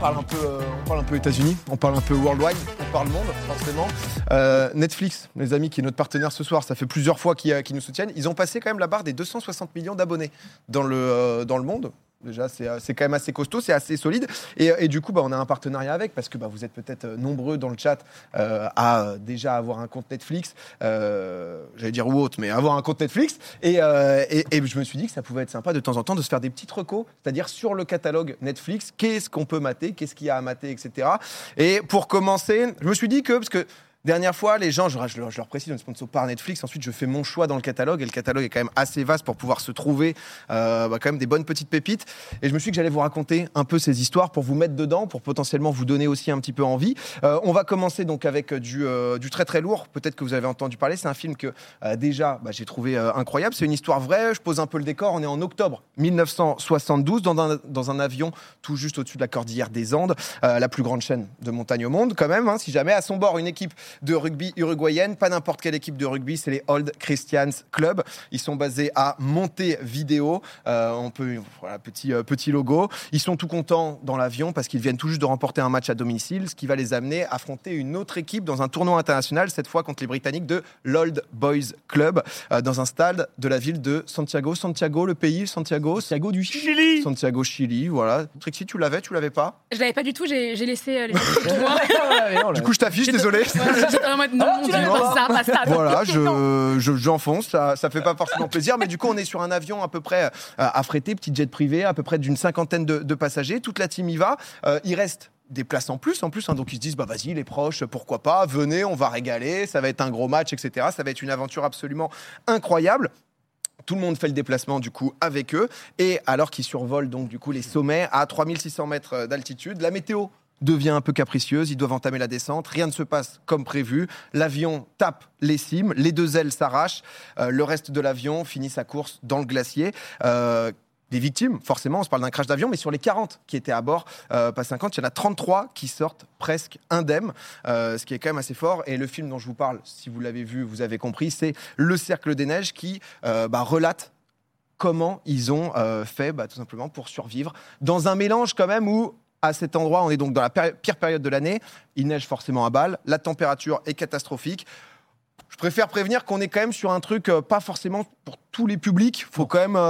on parle un peu États-Unis, on parle un peu worldwide, on parle monde, forcément. Netflix, les amis, qui est notre partenaire ce soir, ça fait plusieurs fois qu'ils nous soutiennent. Ils ont passé quand même la barre des 260 millions d'abonnés dans le monde. Déjà, c'est quand même assez costaud, c'est assez solide. Et du coup, on a un partenariat avec, parce que vous êtes peut-être nombreux dans le chat à déjà avoir un compte Netflix, j'allais dire ou autre, mais avoir un compte Netflix. Et je me suis dit que ça pouvait être sympa de temps en temps de se faire des petites recos, c'est-à-dire sur le catalogue Netflix, qu'est-ce qu'on peut mater, qu'est-ce qu'il y a à mater, etc. Et pour commencer, je me suis dit parce que dernière fois, les gens, je leur précise, on est sponsor par Netflix. Ensuite, je fais mon choix dans le catalogue. Et le catalogue est quand même assez vaste pour pouvoir se trouver quand même des bonnes petites pépites. Et je me suis dit que j'allais vous raconter un peu ces histoires pour vous mettre dedans, pour potentiellement vous donner aussi un petit peu envie. On va commencer donc avec du très très lourd. Peut-être que vous avez entendu parler. C'est un film que déjà j'ai trouvé incroyable. C'est une histoire vraie. Je pose un peu le décor. On est en octobre 1972 dans un avion tout juste au-dessus de la cordillère des Andes, la plus grande chaîne de montagne au monde quand même. Si jamais à son bord une équipe de rugby uruguayenne, pas n'importe quelle équipe de rugby, c'est les Old Christians Club. Ils sont basés à Montevideo. Petit logo. Ils sont tout contents dans l'avion parce qu'ils viennent tout juste de remporter un match à domicile, ce qui va les amener à affronter une autre équipe dans un tournoi international, cette fois contre les Britanniques de l'Old Boys Club, dans un stade de la ville de Santiago. Santiago, le pays, Santiago du Chili. Santiago, Chili, voilà. Trixie, tu l'avais pas? Je l'avais pas du tout, j'ai laissé les Du coup, je t'affiche, désolé. J'étais en mode non, pas ça. Voilà, j'enfonce, ça fait pas forcément plaisir, mais du coup, on est sur un avion à peu près affrété, petit jet privé, à peu près d'une cinquantaine de passagers. Toute la team y va. Il reste des places en plus, donc ils se disent vas-y les proches, pourquoi pas, venez, on va régaler, ça va être un gros match, etc. Ça va être une aventure absolument incroyable. Tout le monde fait le déplacement du coup avec eux, et alors qu'ils survolent donc du coup les sommets à 3600 mètres d'altitude, la météo devient un peu capricieuse, ils doivent entamer la descente, rien ne se passe comme prévu, l'avion tape les cimes, les deux ailes s'arrachent, le reste de l'avion finit sa course dans le glacier. Des victimes, forcément, on se parle d'un crash d'avion, mais sur les 40 qui étaient à bord, pas 50, il y en a 33 qui sortent presque indemnes, ce qui est quand même assez fort. Et le film dont je vous parle, si vous l'avez vu, vous avez compris, c'est Le Cercle des Neiges qui relate comment ils ont fait tout simplement pour survivre dans un mélange quand même où à cet endroit, on est donc dans la pire période de l'année, il neige forcément à balles, la température est catastrophique. Je préfère prévenir qu'on est quand même sur un truc pas forcément pour tous les publics. Faut quand même,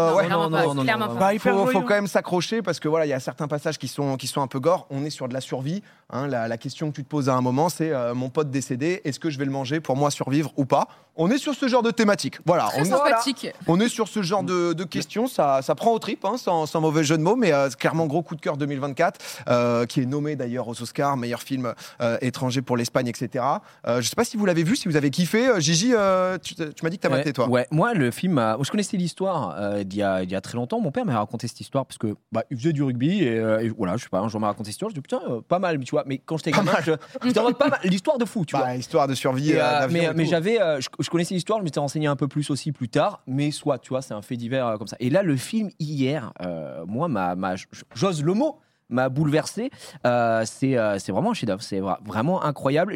il faut quand même s'accrocher parce que voilà, il y a certains passages qui sont un peu gore. On est sur de la survie. La question que tu te poses à un moment, c'est mon pote décédé. Est-ce que je vais le manger pour moi survivre ou pas? On est sur ce genre de thématique. Voilà. On est sur ce genre de questions. Ça prend aux tripes, sans mauvais jeu de mots, mais clairement gros coup de cœur 2024, qui est nommé d'ailleurs aux Oscars, meilleur film étranger pour l'Espagne, etc. Je sais pas si vous l'avez vu, si vous avez kiffé. Gigi, tu m'as dit que t'as maté toi. Ouais, moi le film, je connaissais l'histoire il y a très longtemps. Mon père m'a raconté cette histoire parce que il faisait du rugby et voilà, je sais pas, un jour m'a raconté cette histoire. Je dis putain, pas mal, tu vois. Mais quand j'étais gamin, j'étais en mode pas mal. L'histoire de fou, tu vois. Histoire de survie. Mais j'avais, je connaissais l'histoire, je m'étais renseigné un peu plus aussi plus tard. Mais soit, tu vois, c'est un fait divers comme ça. Et là, le film hier, moi, j'ose le mot, m'a bouleversé. C'est vraiment un chef-d'œuvre. C'est vraiment incroyable.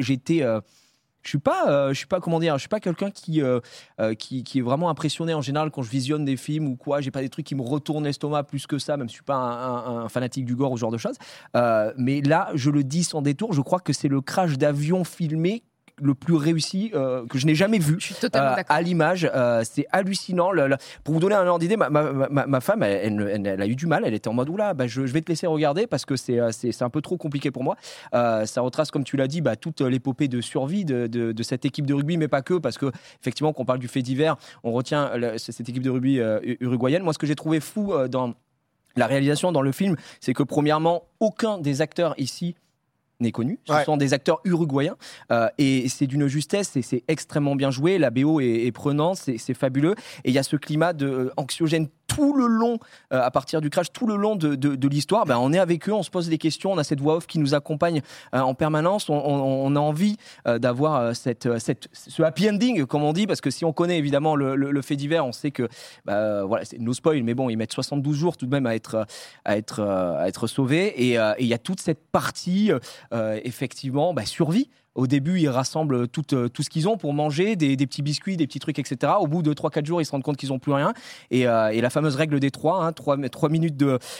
Je suis pas comment dire, je suis pas quelqu'un qui est vraiment impressionné en général quand je visionne des films ou quoi. J'ai pas des trucs qui me retournent l'estomac plus que ça, même si je suis pas un fanatique du gore ou ce genre de choses. Mais là, je le dis sans détour, je crois que c'est le crash d'avion filmé le plus réussi que je n'ai jamais vu. Je suis totalement d'accord. À l'image, c'est hallucinant. Pour vous donner un ordre d'idée, ma femme, elle a eu du mal. Elle était en mode oula, je vais te laisser regarder parce que c'est un peu trop compliqué pour moi. Ça retrace, comme tu l'as dit, toute l'épopée de survie de cette équipe de rugby, mais pas que, parce que effectivement, quand on parle du fait divers, on retient cette équipe de rugby uruguayenne. Moi, ce que j'ai trouvé fou dans la réalisation, dans le film, c'est que premièrement, aucun des acteurs ici n'est connu. Ce sont des acteurs uruguayens et c'est d'une justesse et c'est extrêmement bien joué. La BO est prenante, c'est fabuleux et il y a ce climat anxiogène tout le long, à partir du crash, tout le long de l'histoire. On est avec eux, on se pose des questions, on a cette voix off qui nous accompagne en permanence. On a envie d'avoir ce happy ending, comme on dit, parce que si on connaît évidemment le fait divers, on sait que voilà, c'est no spoil, mais bon, ils mettent 72 jours tout de même à être sauvés et il y a toute cette partie effectivement survie. Au début, ils rassemblent tout ce qu'ils ont pour manger, des petits biscuits, des petits trucs, etc. Au bout de 3-4 jours, ils se rendent compte qu'ils n'ont plus rien. Et la fameuse règle des 3, 3 minutes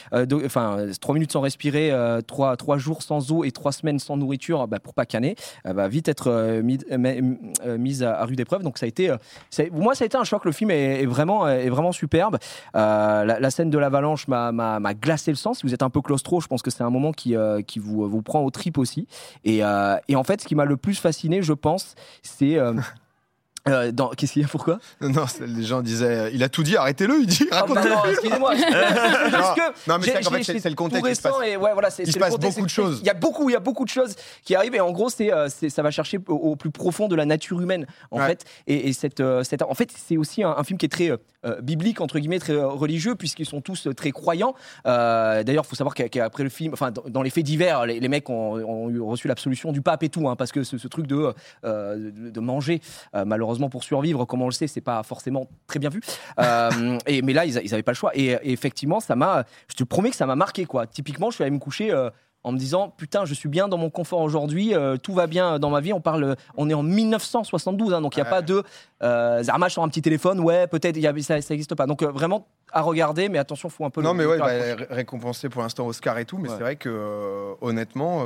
3 minutes sans respirer, 3 jours sans eau et 3 semaines sans nourriture, pour pas canner, va vite être mise à rude épreuve. Donc ça a été, moi, ça a été un choc. Le film est vraiment superbe. La scène de l'avalanche m'a glacé le sang. Si vous êtes un peu claustro, je pense que c'est un moment qui vous prend aux tripes aussi. Et en fait, ce qui m'a le plus fasciné, je pense, c'est qu'est-ce qu'il y a, pourquoi? Non, les gens disaient, il a tout dit, arrêtez-le, il dit, racontez-le. Excusez-moi. Non, mais c'est en fait, c'est le contexte. Il se passe beaucoup de choses. Il y a beaucoup de choses qui arrivent, et en gros, ça va chercher au plus profond de la nature humaine, en fait. Et en fait, c'est aussi un film qui est très biblique, entre guillemets, très religieux, puisqu'ils sont tous très croyants. D'ailleurs, il faut savoir qu'après le film, enfin, dans les faits divers, les mecs ont reçu l'absolution du pape et tout, parce que ce truc de manger, malheureusement, pour survivre, comme on le sait, c'est pas forcément très bien vu. Mais là, ils avaient pas le choix. Et effectivement, je te promets que ça m'a marqué, quoi. Typiquement, je suis allé me coucher en me disant, putain, je suis bien dans mon confort aujourd'hui, tout va bien dans ma vie. On est en 1972, donc il n'y a pas de Zarmach sur un petit téléphone, peut-être, ça n'existe pas. Donc vraiment à regarder, mais attention, faut un peu. Non, mais récompensé pour l'instant Oscar et tout, mais c'est vrai que honnêtement,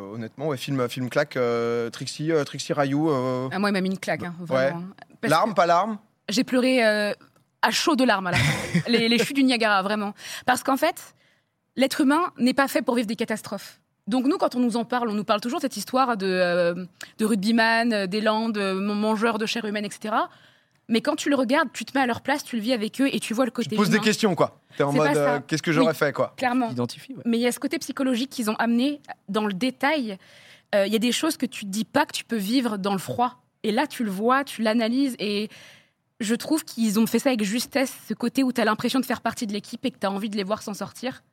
film claque. Trixie Rayou. Moi, il m'a mis une claque, vraiment. Larmes, pas larmes. J'ai pleuré à chaud de larmes à la fin. les chutes du Niagara, vraiment. Parce qu'en fait, l'être humain n'est pas fait pour vivre des catastrophes. Donc nous, quand on nous en parle, on nous parle toujours de cette histoire de rugbyman, d'élan, de mangeur de chair humaine, etc. Mais quand tu le regardes, tu te mets à leur place, tu le vis avec eux et tu vois le côté Tu te poses humain. des questions, quoi. T'es en mode, qu'est-ce que j'aurais fait, quoi. Clairement. Identifie, Mais il y a ce côté psychologique qu'ils ont amené dans le détail. Il y a des choses que tu ne dis pas que tu peux vivre dans le froid. Et là, tu le vois, tu l'analyses. Et je trouve qu'ils ont fait ça avec justesse, ce côté où tu as l'impression de faire partie de l'équipe et que tu as envie de les voir s'en sortir.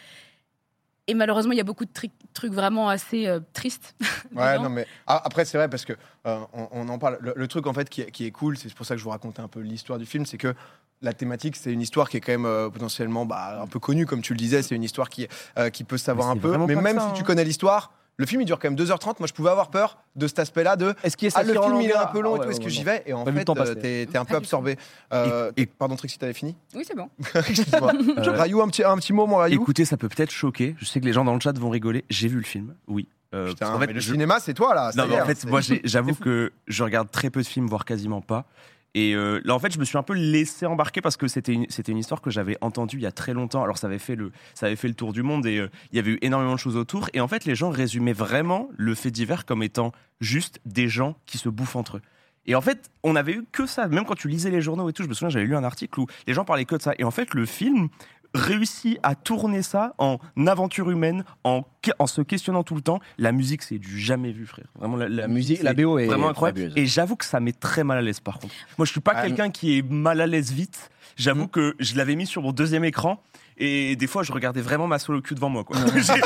Et malheureusement, il y a beaucoup de trucs vraiment assez tristes. Ouais, non, mais après, c'est vrai, parce que on en parle. Le truc, en fait, qui est cool, c'est pour ça que je vous racontais un peu l'histoire du film, c'est que la thématique, c'est une histoire qui est quand même potentiellement un peu connue, comme tu le disais. C'est une histoire qui peut se savoir un peu. Mais même si tu connais l'histoire, le film, il dure quand même 2h30. Moi, je pouvais avoir peur de cet aspect-là de le film, il est un peu long et tout. Est-ce que j'y vais? Et en fait, t'es un peu absorbé. Pardon, Trixie, t'avais fini? Oui, c'est bon. Excuse-moi. Rayou, un petit mot, mon Rayou. Écoutez, ça peut peut-être choquer. Je sais que les gens dans le chat vont rigoler. J'ai vu le film, oui. Putain, en fait, le cinéma, c'est toi, là. Non, mais en fait, moi, j'avoue que je regarde très peu de films, voire quasiment pas. Et là, en fait, je me suis un peu laissé embarquer parce que c'était une histoire que j'avais entendue il y a très longtemps. Alors, ça avait fait le tour du monde et il y avait eu énormément de choses autour. Et en fait, les gens résumaient vraiment le fait divers comme étant juste des gens qui se bouffent entre eux. Et en fait, on avait eu que ça. Même quand tu lisais les journaux et tout, je me souviens, j'avais lu un article où les gens parlaient que de ça. Et en fait, le film réussit à tourner ça en aventure humaine, en se questionnant tout le temps. La musique, c'est du jamais vu, frère. Vraiment, la musique, la BO est vraiment incroyable. fabuleuse. Et j'avoue que ça met très mal à l'aise, par contre. Moi, je suis pas quelqu'un qui est mal à l'aise vite. J'avoue que je l'avais mis sur mon deuxième écran. Et des fois, je regardais vraiment ma solo cul devant moi, quoi.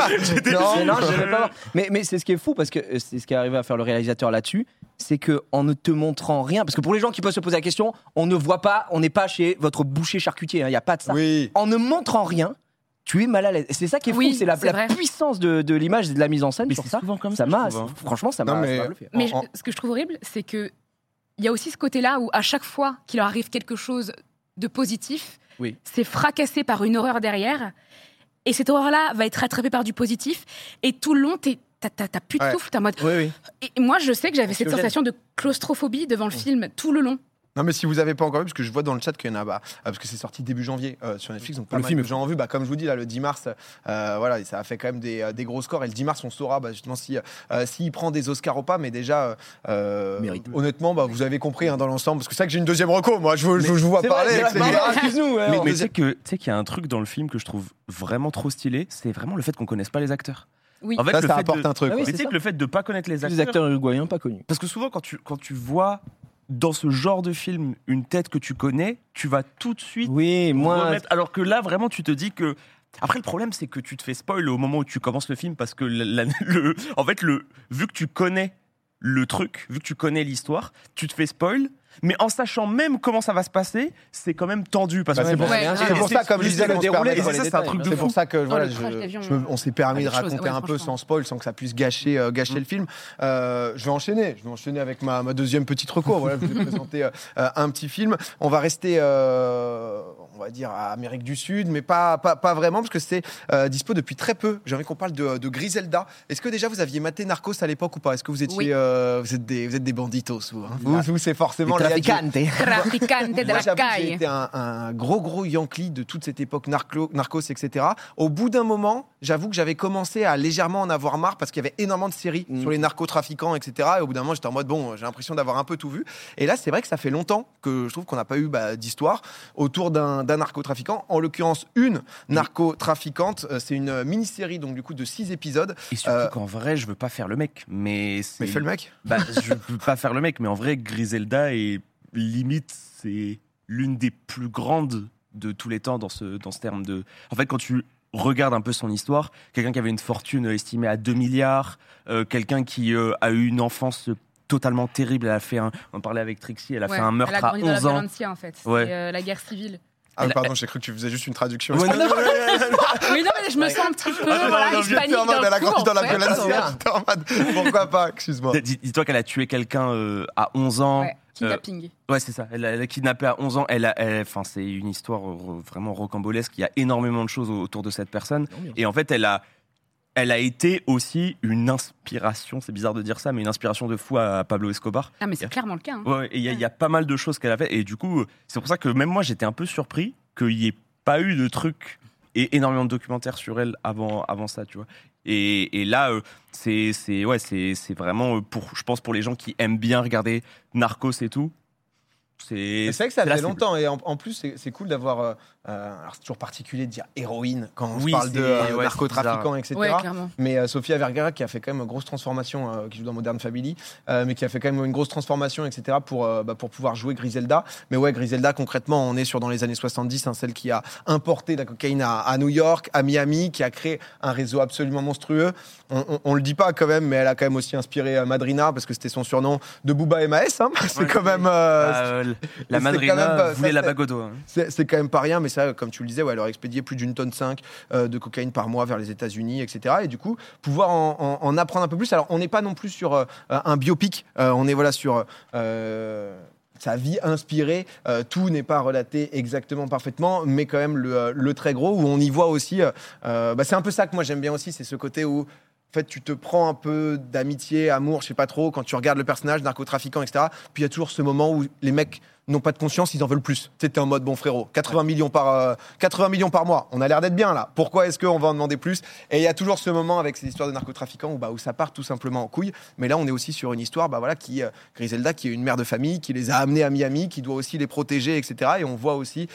Mais c'est ce qui est fou, parce que c'est ce qui est arrivé à faire le réalisateur là-dessus, c'est qu'en ne te montrant rien, parce que pour les gens qui peuvent se poser la question, on ne voit pas, on n'est pas chez votre boucher charcutier, il n'y a pas de ça. Oui. En ne montrant rien, tu es mal à l'aise. C'est ça qui est fou, c'est la puissance de l'image et de la mise en scène. Mais sur c'est ça, souvent comme ça m'a, franchement, ça m'a bluffé. Mais ce que je trouve horrible, c'est que il y a aussi ce côté-là où à chaque fois qu'il leur arrive quelque chose de positif, c'est fracassé par une horreur derrière. Et cette horreur-là va être rattrapée par du positif. Et tout le long, t'as plus de souffle. T'es en mode... Et moi, je sais que j'avais cette sensation de claustrophobie devant le film tout le long. Non, mais si vous n'avez pas encore vu, parce que je vois dans le chat qu'il y en a, parce que c'est sorti début janvier sur Netflix, donc pas mal de gens ont vu. Comme je vous dis, là, le 10 mars, voilà, ça a fait quand même des gros scores. Et le 10 mars, on saura justement s'il prend des Oscars ou pas. Mais déjà, honnêtement, vous avez compris dans l'ensemble. Parce que c'est ça que j'ai une deuxième reco. Moi, je vous vois parler. Excuse-nous. Mais tu sais qu'il y a un truc dans le film que je trouve vraiment trop stylé, c'est vraiment le fait qu'on connaisse pas les acteurs. Oui. En fait, ça apporte un truc. Mais tu sais que le fait de pas connaître les acteurs. Les acteurs uruguayens pas connus. Parce que souvent, quand tu vois dans ce genre de film une tête que tu connais, tu vas tout de suite remettre. Alors que là, vraiment, tu te dis que. Après, le problème, c'est que tu te fais spoil au moment où tu commences le film parce que, en fait, vu que tu connais le truc, vu que tu connais l'histoire, tu te fais spoil. Mais en sachant même comment ça va se passer, c'est quand même tendu. Parce que c'est pour, c'est pour ça, comme je disais, le déroulé, c'est un truc de c'est fou. pour ça que voilà, crash d'avion, on s'est permis de quelque chose, raconter un peu sans spoil, sans que ça puisse gâcher le film. Je vais enchaîner avec ma deuxième petite reco. Voilà, je vais vous présenter un petit film. On va rester, on va dire, à Amérique du Sud, mais pas vraiment, parce que c'est dispo depuis très peu. J'ai envie qu'on parle de Griselda. Est-ce que déjà vous aviez maté Narcos à l'époque ou pas? Est-ce que vous étiez, vous êtes des banditos, vous, hein vous, c'est forcément Traficante de Moi, la j'avoue que j'ai caille. été un gros Yankee de toute cette époque Narcos, etc. Au bout d'un moment, j'avoue que j'avais commencé à légèrement en avoir marre parce qu'il y avait énormément de séries sur les narcotrafiquants, etc. Et au bout d'un moment, j'étais en mode, bon, j'ai l'impression d'avoir un peu tout vu. Et là, c'est vrai que ça fait longtemps que je trouve qu'on n'a pas eu d'histoire autour d'un narcotrafiquant. En l'occurrence, une narcotrafiquante. C'est une mini-série, donc du coup, de 6 épisodes. Et surtout qu'en vrai, je veux pas faire le mec. Mais fais le mec. Je veux pas faire le mec, mais en vrai, Griselda est limite, c'est l'une des plus grandes de tous les temps dans ce terme de. En fait, quand tu regardes un peu son histoire, quelqu'un qui avait une fortune estimée à 2 milliards, quelqu'un qui a eu une enfance totalement terrible. Elle a fait on parlait avec Trixie, elle a fait un meurtre à 11 ans. Elle a grandi dans la Valencia, en fait. Ouais. C'est la guerre civile. Ah, pardon, j'ai cru que tu faisais juste une traduction. Ouais, non, Oui, non, mais je me sens un petit peu hispanique J'étais en mode, elle a grandi dans la violence. Valencia. J'étais en mode, pourquoi pas, excuse-moi. Dis-toi qu'elle a tué quelqu'un à 11 ans. Ouais, kidnapping. Ouais, c'est ça. Elle a kidnappé à 11 ans. Enfin, c'est une histoire vraiment rocambolesque. Il y a énormément de choses autour de cette personne. Et en fait, elle a été aussi une inspiration, c'est bizarre de dire ça, mais une inspiration de fou à Pablo Escobar. Ah, mais c'est clairement le cas. Hein. Ouais, et il y a pas mal de choses qu'elle a fait. Et du coup, c'est pour ça que même moi, j'étais un peu surpris qu'il n'y ait pas eu de trucs et énormément de documentaires sur elle avant ça, tu vois. Et là, c'est vraiment, je pense, pour les gens qui aiment bien regarder Narcos et tout. C'est vrai que ça fait longtemps et en plus c'est cool d'avoir alors c'est toujours particulier de dire héroïne quand on parle de narcotrafiquants, etc. Ouais, clairement. Mais Sofia Vergara qui a fait quand même une grosse transformation, qui joue dans Modern Family, mais qui a fait quand même une grosse transformation, etc. pour pouvoir jouer Griselda. Mais ouais, Griselda concrètement, on est dans les années 70, hein, celle qui a importé la cocaïne à New York, à Miami, qui a créé un réseau absolument monstrueux. On le dit pas quand même, mais elle a quand même aussi inspiré Madrina parce que c'était son surnom de Booba MAS. Hein. C'est quand même la Madrina voulait la bagoto. Hein. C'est quand même pas rien, mais ça, comme tu le disais, elle aurait expédié plus d'1,5 tonne de cocaïne par mois vers les États-Unis, etc. Et du coup, pouvoir en apprendre un peu plus. Alors, on n'est pas non plus sur un biopic, on est sur sa vie inspirée. Tout n'est pas relaté exactement parfaitement, mais quand même le très gros, où on y voit aussi. C'est un peu ça que moi j'aime bien aussi, c'est ce côté où. En fait, tu te prends un peu d'amitié, amour, je sais pas trop, quand tu regardes le personnage, narcotrafiquant, etc. Puis il y a toujours ce moment où les mecs n'ont pas de conscience, ils en veulent plus. Tu sais, t'es en mode, bon frérot, 80 millions par mois, on a l'air d'être bien là. Pourquoi est-ce qu'on va en demander plus? Et il y a toujours ce moment avec ces histoires de narcotrafiquants où ça part tout simplement en couille. Mais là, on est aussi sur une histoire, Griselda, qui est une mère de famille, qui les a amenés à Miami, qui doit aussi les protéger, etc. Et on voit aussi,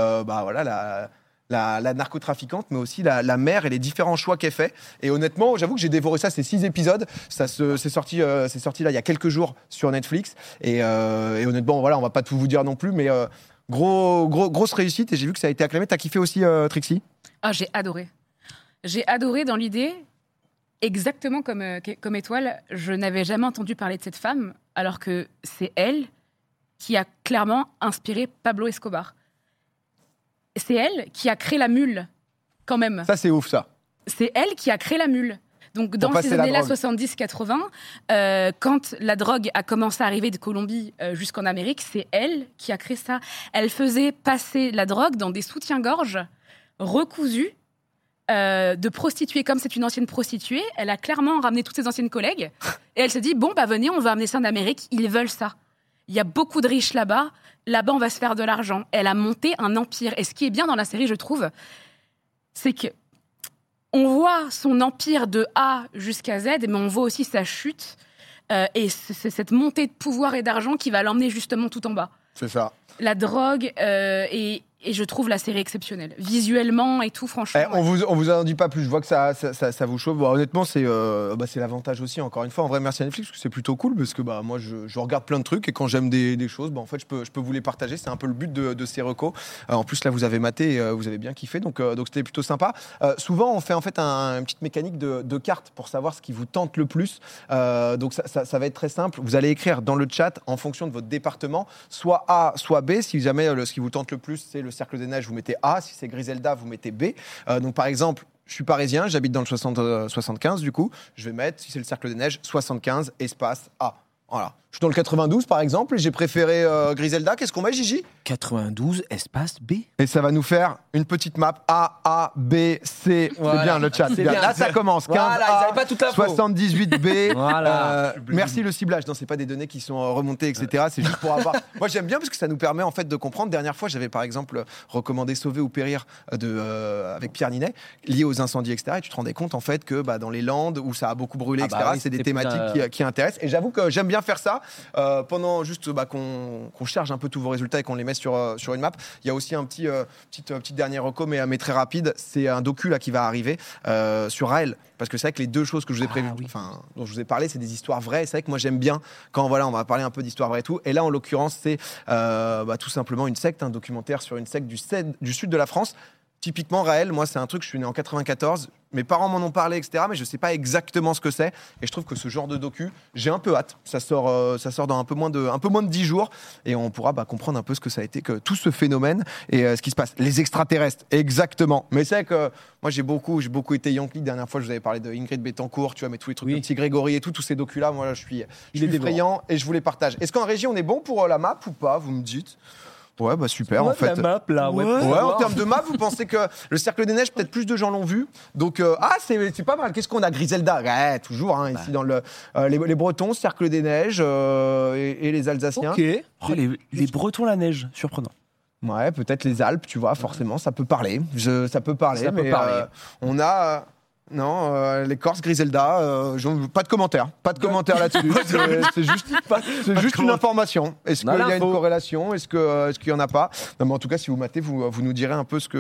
la narcotrafiquante, mais aussi la mère et les différents choix qu'elle fait. Et honnêtement, j'avoue que j'ai dévoré ça, ces 6 épisodes. C'est sorti là il y a quelques jours sur Netflix. Et honnêtement, voilà, on va pas tout vous dire non plus, mais grosse réussite. Et j'ai vu que ça a été acclamé. T'as kiffé aussi, Trixie? Ah, j'ai adoré. J'ai adoré dans l'idée, exactement comme Étoile, je n'avais jamais entendu parler de cette femme, alors que c'est elle qui a clairement inspiré Pablo Escobar. C'est elle qui a créé la mule, quand même. Ça, c'est ouf, ça. C'est elle qui a créé la mule. Donc, dans ces années-là, 70-80, quand la drogue a commencé à arriver de Colombie jusqu'en Amérique, c'est elle qui a créé ça. Elle faisait passer la drogue dans des soutiens-gorge recousus de prostituées. Comme c'est une ancienne prostituée, elle a clairement ramené toutes ses anciennes collègues. Et elle s'est dit, venez, on va amener ça en Amérique. Ils veulent ça. Il y a beaucoup de riches là-bas. Là-bas, on va se faire de l'argent. Elle a monté un empire. Et ce qui est bien dans la série, je trouve, c'est que on voit son empire de A jusqu'à Z, mais on voit aussi sa chute. Et c'est cette montée de pouvoir et d'argent qui va l'emmener justement tout en bas. C'est ça. La drogue. Et Et je trouve la série exceptionnelle. Visuellement et tout, franchement. On vous en dit pas plus. Je vois que ça vous chauffe. Bon, honnêtement, c'est l'avantage aussi. Encore une fois, en vrai, merci à Netflix parce que c'est plutôt cool parce que moi, je regarde plein de trucs et quand j'aime des choses, en fait, je peux vous les partager. C'est un peu le but de ces recos. En plus, là, vous avez maté, et, vous avez bien kiffé, donc c'était plutôt sympa. Souvent, on fait en fait une petite mécanique de cartes pour savoir ce qui vous tente le plus. Donc ça va être très simple. Vous allez écrire dans le chat en fonction de votre département, soit A, soit B. Si jamais ce qui vous tente le plus, c'est le Cercle des Neiges, vous mettez A. Si c'est Griselda, vous mettez B. Donc par exemple, je suis parisien, j'habite dans le 75 du coup. Je vais mettre, si c'est le Cercle des Neiges, 75 espace A. Voilà. Je suis dans le 92 par exemple et j'ai préféré Griselda. Qu'est-ce qu'on met, Gigi ? 92 espace B. Et ça va nous faire une petite map A, B, C. Voilà. C'est bien le chat. C'est bien. Là, ça commence. 15 Voilà, ils A, avaient pas toute l'info. 78 B. Voilà. Merci le ciblage. Non, c'est pas des données qui sont remontées, etc. C'est juste pour avoir. Moi, j'aime bien parce que ça nous permet en fait de comprendre. Dernière fois, j'avais par exemple recommandé Sauver ou périr avec Pierre Ninet, lié aux incendies, etc. Et tu te rendais compte en fait que dans les Landes où ça a beaucoup brûlé, etc. Oui, c'est des c'était thématiques qui intéressent. Et j'avoue que j'aime bien faire ça pendant juste qu'on charge un peu tous vos résultats et qu'on les met sur une map. Il y a aussi un petit dernier reco, mais très rapide. C'est un docu là qui va arriver sur Raël. Parce que c'est vrai que les deux choses que je vous ai prévues, dont je vous ai parlé, c'est des histoires vraies. C'est vrai que moi j'aime bien quand on va parler un peu d'histoire vraie et tout. Et là en l'occurrence c'est tout simplement une secte, un documentaire sur une secte du sud de la France. Typiquement Raël, moi c'est un truc, je suis né en 94, mes parents m'en ont parlé, etc. Mais je sais pas exactement ce que c'est. Et je trouve que ce genre de docu, j'ai un peu hâte. Ça sort dans un peu moins de 10 jours. Et on pourra comprendre un peu ce que ça a été, que tout ce phénomène et ce qui se passe. Les extraterrestres, exactement. Mais c'est vrai que moi j'ai beaucoup été Yankee. Dernière fois, je vous avais parlé de Ingrid Betancourt, tu vois, mais tous les trucs de Petit Grégory et tous ces docus-là, moi là, je suis effrayant et je vous les partage. Est-ce qu'en régie, on est bon pour la map ou pas ? Vous me dites ? Ouais, super, en fait. La map, là, ouais, en termes de map, vous pensez que le Cercle des Neiges, peut-être plus de gens l'ont vu. Donc, c'est pas mal. Qu'est-ce qu'on a ? Griselda, ouais, toujours, ici dans les Bretons, Cercle des Neiges et les Alsaciens. Ok. Oh, les Bretons, la neige, surprenant. Ouais, peut-être les Alpes, tu vois, forcément, ça peut parler. Ça peut parler, Ça peut parler. On a... Non, les Corses, Griselda, pas de commentaire. Pas de commentaire là-dessus. C'est juste une information. Est-ce qu'il y a une corrélation ? Est-ce qu'il n'y en a pas ? Non, mais en tout cas, si vous matez, vous nous direz un peu ce que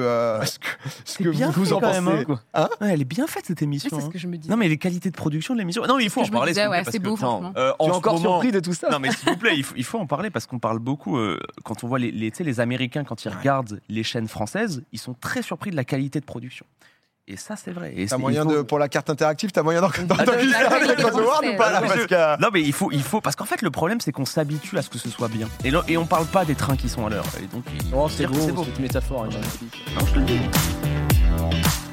vous en pensez. Elle est bien faite cette émission. C'est ce que je me dis. Non, mais les qualités de production de l'émission. Non, mais il faut en parler. C'est beau, franchement. Tu es encore surpris de tout ça ? Non, mais s'il vous plaît, il faut en parler parce qu'on parle beaucoup. Quand on voit les Américains, quand ils regardent les chaînes françaises, ils sont très surpris de la qualité de production. Et ça, c'est vrai. Et t'as moyen pour la carte interactive, t'as moyen d'en glisser avec Crossword ou pas là, Non, mais il faut parce qu'en fait, le problème, c'est qu'on s'habitue à ce que ce soit bien. Et on parle pas des trains qui sont à l'heure. Et donc, c'est beau, cette métaphore est magnifique. Non, je te le dis.